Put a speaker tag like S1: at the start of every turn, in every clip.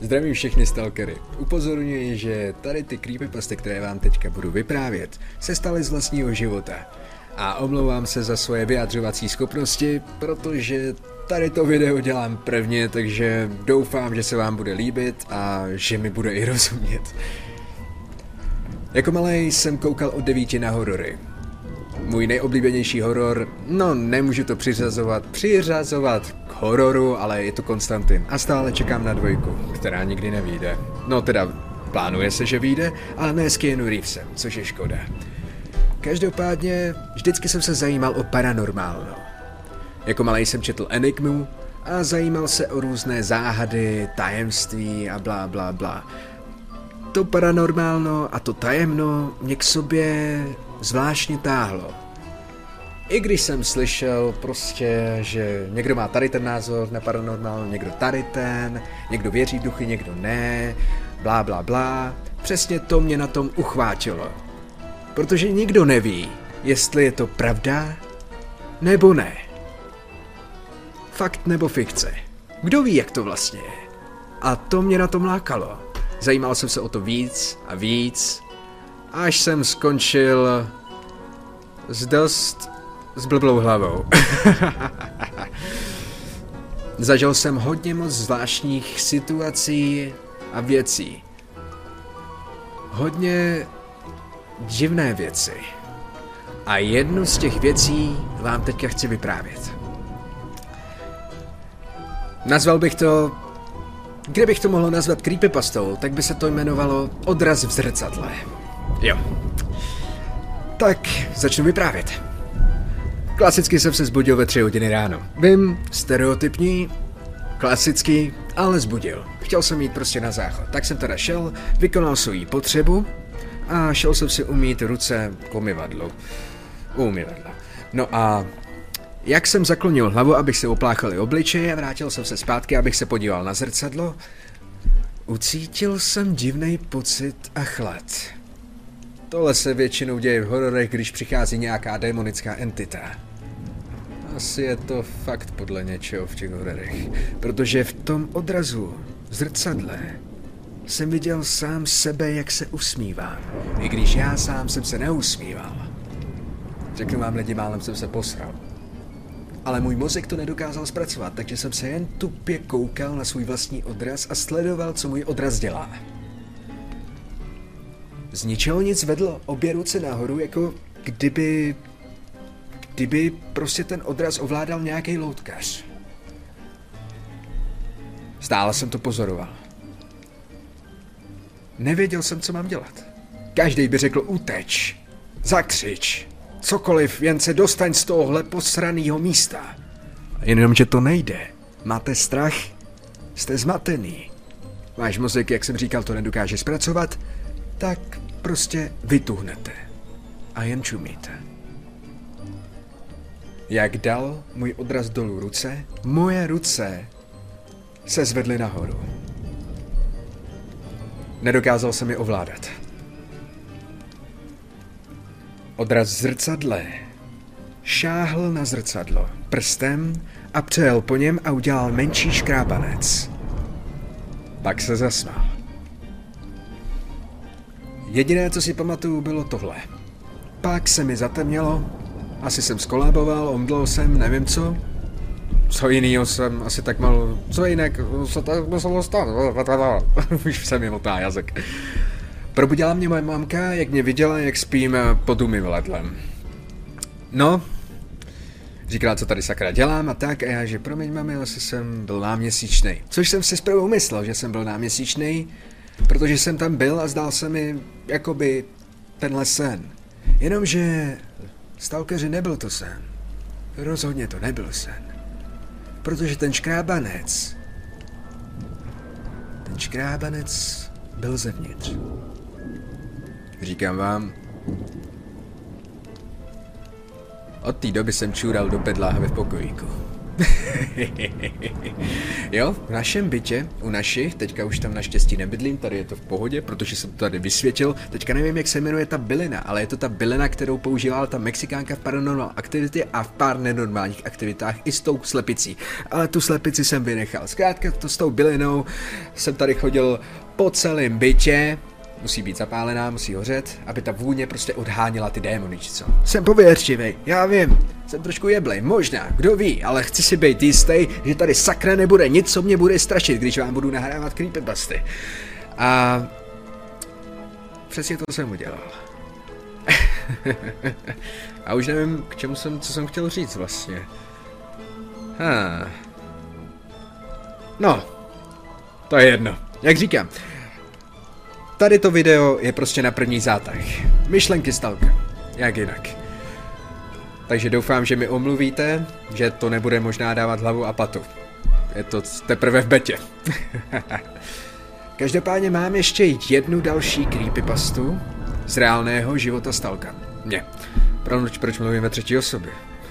S1: Zdravím všechny stalkery. Upozorňuji, že tady ty creepypasty, které vám teďka budu vyprávět, se staly z vlastního života. A omlouvám se za svoje vyjadřovací schopnosti, protože tady to video dělám prvně, takže doufám, že se vám bude líbit a že mi bude i rozumět. Jako malej jsem koukal od 9 na horory. Můj nejoblíbenější horor, no nemůžu to přiřazovat k hororu, ale je to Konstantin a stále čekám na 2, která nikdy nevyjde. No teda plánuje se, že vyjde, ale ne s Keanu Reevesem, což je škoda. Každopádně vždycky jsem se zajímal o paranormálno. Jako malej jsem četl Enigmu a zajímal se o různé záhady, tajemství a blá blá blá. To paranormálno a to tajemno mě k sobě zvláštně táhlo. I když jsem slyšel prostě, že někdo má tady ten názor na paranormálno, někdo tady ten, někdo věří v duchy, někdo ne, blá blá blá, přesně to mě na tom uchvátilo. Protože nikdo neví, jestli je to pravda nebo ne. Fakt nebo fikce. Kdo ví, jak to vlastně je? A to mě na tom lákalo. Zajímal jsem se o to víc a víc, až jsem skončil s dost zblblou hlavou. Zažil jsem hodně moc zvláštních situací a věcí. Hodně divné věci. A jednu z těch věcí vám teďka chci vyprávět. Nazval bych to... Kdybych to mohl nazvat creepypastou, tak by se to jmenovalo Odraz v zrcadle. Jo. Tak, začnu vyprávět. Klasicky jsem se zbudil ve 3 hodiny ráno. Vím, stereotypní, klasický, ale zbudil. Chtěl jsem jít prostě na záchod. Tak jsem teda šel, vykonal svou potřebu a šel jsem si umýt ruce k umyvadlu. No a jak jsem zaklonil hlavu, abych se opláchal i obličeje a vrátil jsem se zpátky, abych se podíval na zrcadlo, ucítil jsem divný pocit a chlad. Tohle se většinou děje v hororech, když přichází nějaká démonická entita. Asi je to fakt podle něčeho v těch hororech, protože v tom odrazu, v zrcadle, jsem viděl sám sebe, jak se usmívám, i když já sám jsem se neusmíval. Řeknu vám lidi, málem jsem se posral. Ale můj mozek to nedokázal zpracovat, takže jsem se jen tupě koukal na svůj vlastní odraz a sledoval, co můj odraz dělá. Z ničeho nic vedlo obě ruce nahoru, jako kdyby prostě ten odraz ovládal nějaký loutkař. Stále jsem to pozoroval. Nevěděl jsem, co mám dělat. Každý by řekl uteč, zakřič, cokoliv, jen se dostaň z tohohle posranýho místa. Jenomže to nejde. Máte strach? Jste zmatený. Váš mozek, jak jsem říkal, to nedokáže zpracovat, tak prostě vytuhnete. A jen čumíte. Jak dal můj odraz dolů ruce, moje ruce se zvedly nahoru. Nedokázal jsem je ovládat. Odraz v zrcadle šáhl na zrcadlo prstem a přejel po něm a udělal menší škrábanec. Pak se zasmál. Jediné, co si pamatuju, bylo tohle. Pak se mi zatemnělo, asi jsem skolaboval, omdlel jsem, nevím co. Co jinýho jsem asi tak mal... Co jinak se tak muselo stát? Už se mi motá jazyk. Probudila mě moje mamka, jak mě viděla, jak spím pod umyvadlem. No, říkala, co tady sakra dělám a tak, a já, že promiň mami, asi jsem byl náměsíčnej. Což jsem si zprvu myslel, že jsem byl náměsíčnej, protože jsem tam byl a zdál se mi jakoby tenhle sen. Jenomže, stalkeři, nebyl to sen. Rozhodně to nebyl sen. Protože ten škrábanec byl zevnitř. Říkám vám, od té doby jsem čůral do pedláhve v pokojíku. Jo, v našem bytě, u našich, teďka už tam naštěstí nebydlím, tady je to v pohodě, protože jsem to tady vysvětlil, teďka nevím, jak se jmenuje ta bylina, ale je to ta bylina, kterou používala ta Mexikánka v Paranormal Activity a v pár nenormálních aktivitách i s tou slepicí. Ale tu slepici jsem vynechal. Zkrátka to s tou bylinou jsem tady chodil po celém bytě, musí být zapálená, musí hořet, aby ta vůně prostě odháněla ty démony, či co. Jsem pověrčivej, já vím, jsem trošku jeblej, možná, kdo ví, ale chci si být jistý, že tady sakra nebude nic, co mě bude strašit, když vám budu nahrávat creepypasty. A přesně to jsem udělal. A už nevím, co jsem chtěl říct vlastně. No, to je jedno, jak říkám. Tady to video je prostě na první zátah. Myšlenky Stalka. Jak jinak. Takže doufám, že mi omluvíte, že to nebude možná dávat hlavu a patu. Je to teprve v betě. Každopádně mám ještě jednu další creepypastu z reálného života Stalka. Proč mluvím ve třetí osobě?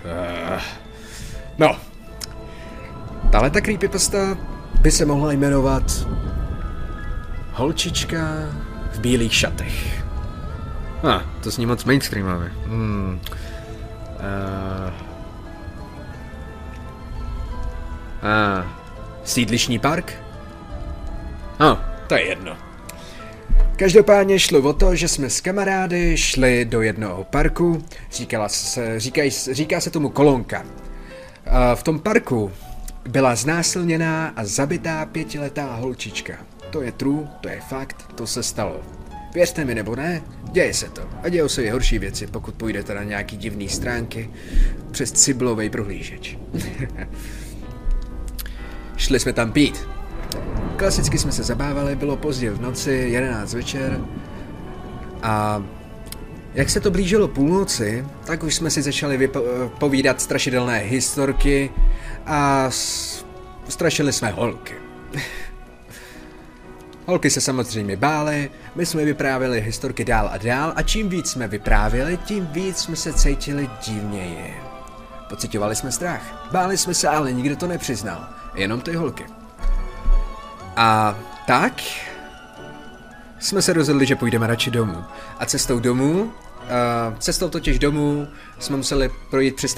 S1: No. Tahle ta creepypasta by se mohla jmenovat Holčička v bílých šatech. To zní moc mainstreamové. Sídlišní park? To je jedno. Každopádně šlo o to, že jsme s kamarády šli do jednoho parku, říká se tomu Kolonka. V tom parku byla znásilněná a zabitá 5letá holčička. To je true, to je fakt, to se stalo. Věřte mi nebo ne, děje se to. A dějou se i horší věci, pokud půjdete na nějaký divný stránky přes ciblovej prohlížeč. Šli jsme tam pít. Klasicky jsme se zabávali, bylo pozdě v noci, 11 večer. A jak se to blížilo půlnoci, tak už jsme si začali povídat strašidelné historky a strašili jsme holky. Holky se samozřejmě bály, my jsme vyprávěli historky dál a dál a čím víc jsme vyprávěli, tím víc jsme se cítili divněji. Pociťovali jsme strach, báli jsme se, ale nikdo to nepřiznal, jenom ty holky. A tak jsme se rozhodli, že půjdeme radši domů. A cestou totiž domů jsme museli projít přes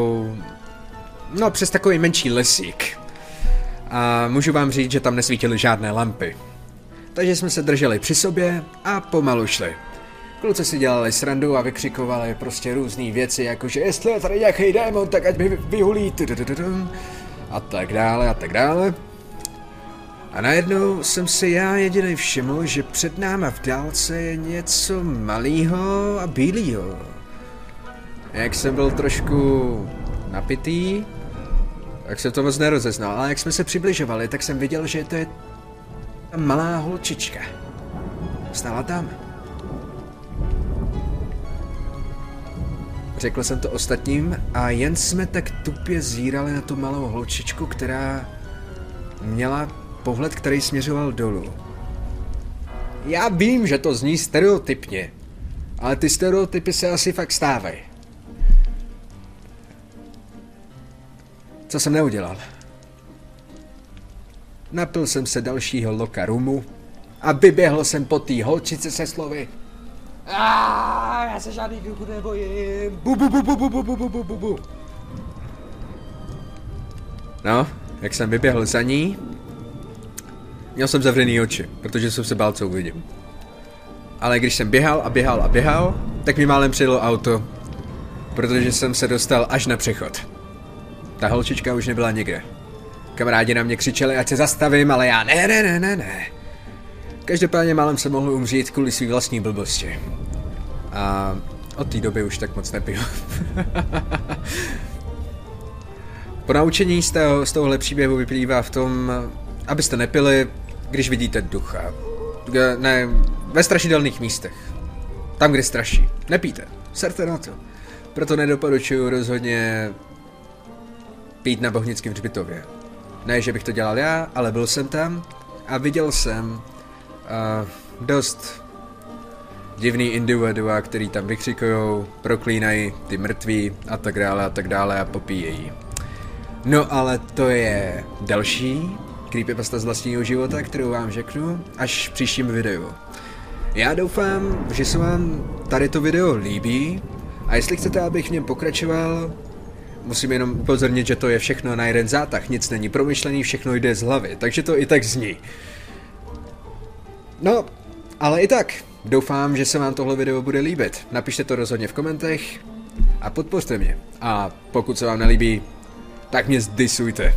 S1: takový menší lesík. A můžu vám říct, že tam nesvítily žádné lampy. Takže jsme se drželi při sobě a pomalu šli. Kluci si dělali srandu a vykřikovali prostě různé věci, jakože jestli je tady nějaký démon, tak ať mi vyhulí a tak dále a tak dále. A najednou jsem si já jedinej všiml, že před náma v dálce je něco malýho a bílýho. Jak jsem byl trošku napitý, tak jsem to moc nerozeznal, ale jak jsme se přibližovali, tak jsem viděl, že to je ta malá holčička. Stála tam. Řekl jsem to ostatním a jen jsme tak tupě zírali na tu malou holčičku, která měla pohled, který směřoval dolů. Já vím, že to zní stereotypně, ale ty stereotypy se asi fakt stávají. Co jsem neudělal? Napil jsem se dalšího loka rumu a vyběhl jsem po té holčice se slovy já se žádný kluku nebojím. Bu. No, jak jsem vyběhl za ní, měl jsem zavřený oči, protože jsem se bál, co uvidím. Ale když jsem běhal, tak mi málem přijelo auto, protože jsem se dostal až na přechod. Ta holčička už nebyla nikde. Kamarádi na mě křičeli, ať se zastavím, ale já ne. Každopádně málem jsem mohl umřít kvůli svý vlastní blbosti. A od té doby už tak moc nepiju. Ponaučení z tohohle příběhu vyplývá v tom, abyste nepili, když vidíte ducha. Ne, ve strašidelných místech. Tam, kde straší. Nepijte. Serte na to. Proto nedoporučuji rozhodně pít na Bohnickém hřbitově. Ne, že bych to dělal já, ale byl jsem tam a viděl jsem dost divný individua, který tam vykřikujou, proklínají ty mrtví a tak dále a popíjejí. No ale to je další creepypasta z vlastního života, kterou vám řeknu až v příštím videu. Já doufám, že se vám tady to video líbí a jestli chcete, abych v něm pokračoval, musím jenom upozornit, že to je všechno na jeden zátah, nic není promyšlený, všechno jde z hlavy, takže to i tak zní. No, ale i tak, doufám, že se vám tohle video bude líbit. Napište to rozhodně v komentech a podpořte mě. A pokud se vám nelíbí, tak mě zdisujte.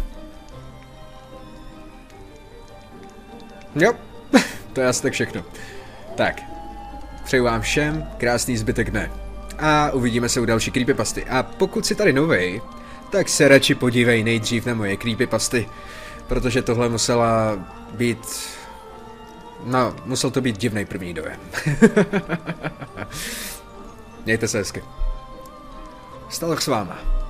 S1: Jo, to je asi tak všechno. Tak, přeju vám všem krásný zbytek dne. A uvidíme se u další creepypasty. A pokud jsi tady novej, tak se radši podívej nejdřív na moje creepypasty, protože tohle musela být... No, musel to být divnej první dojem. Mějte se hezky. Staloch s váma.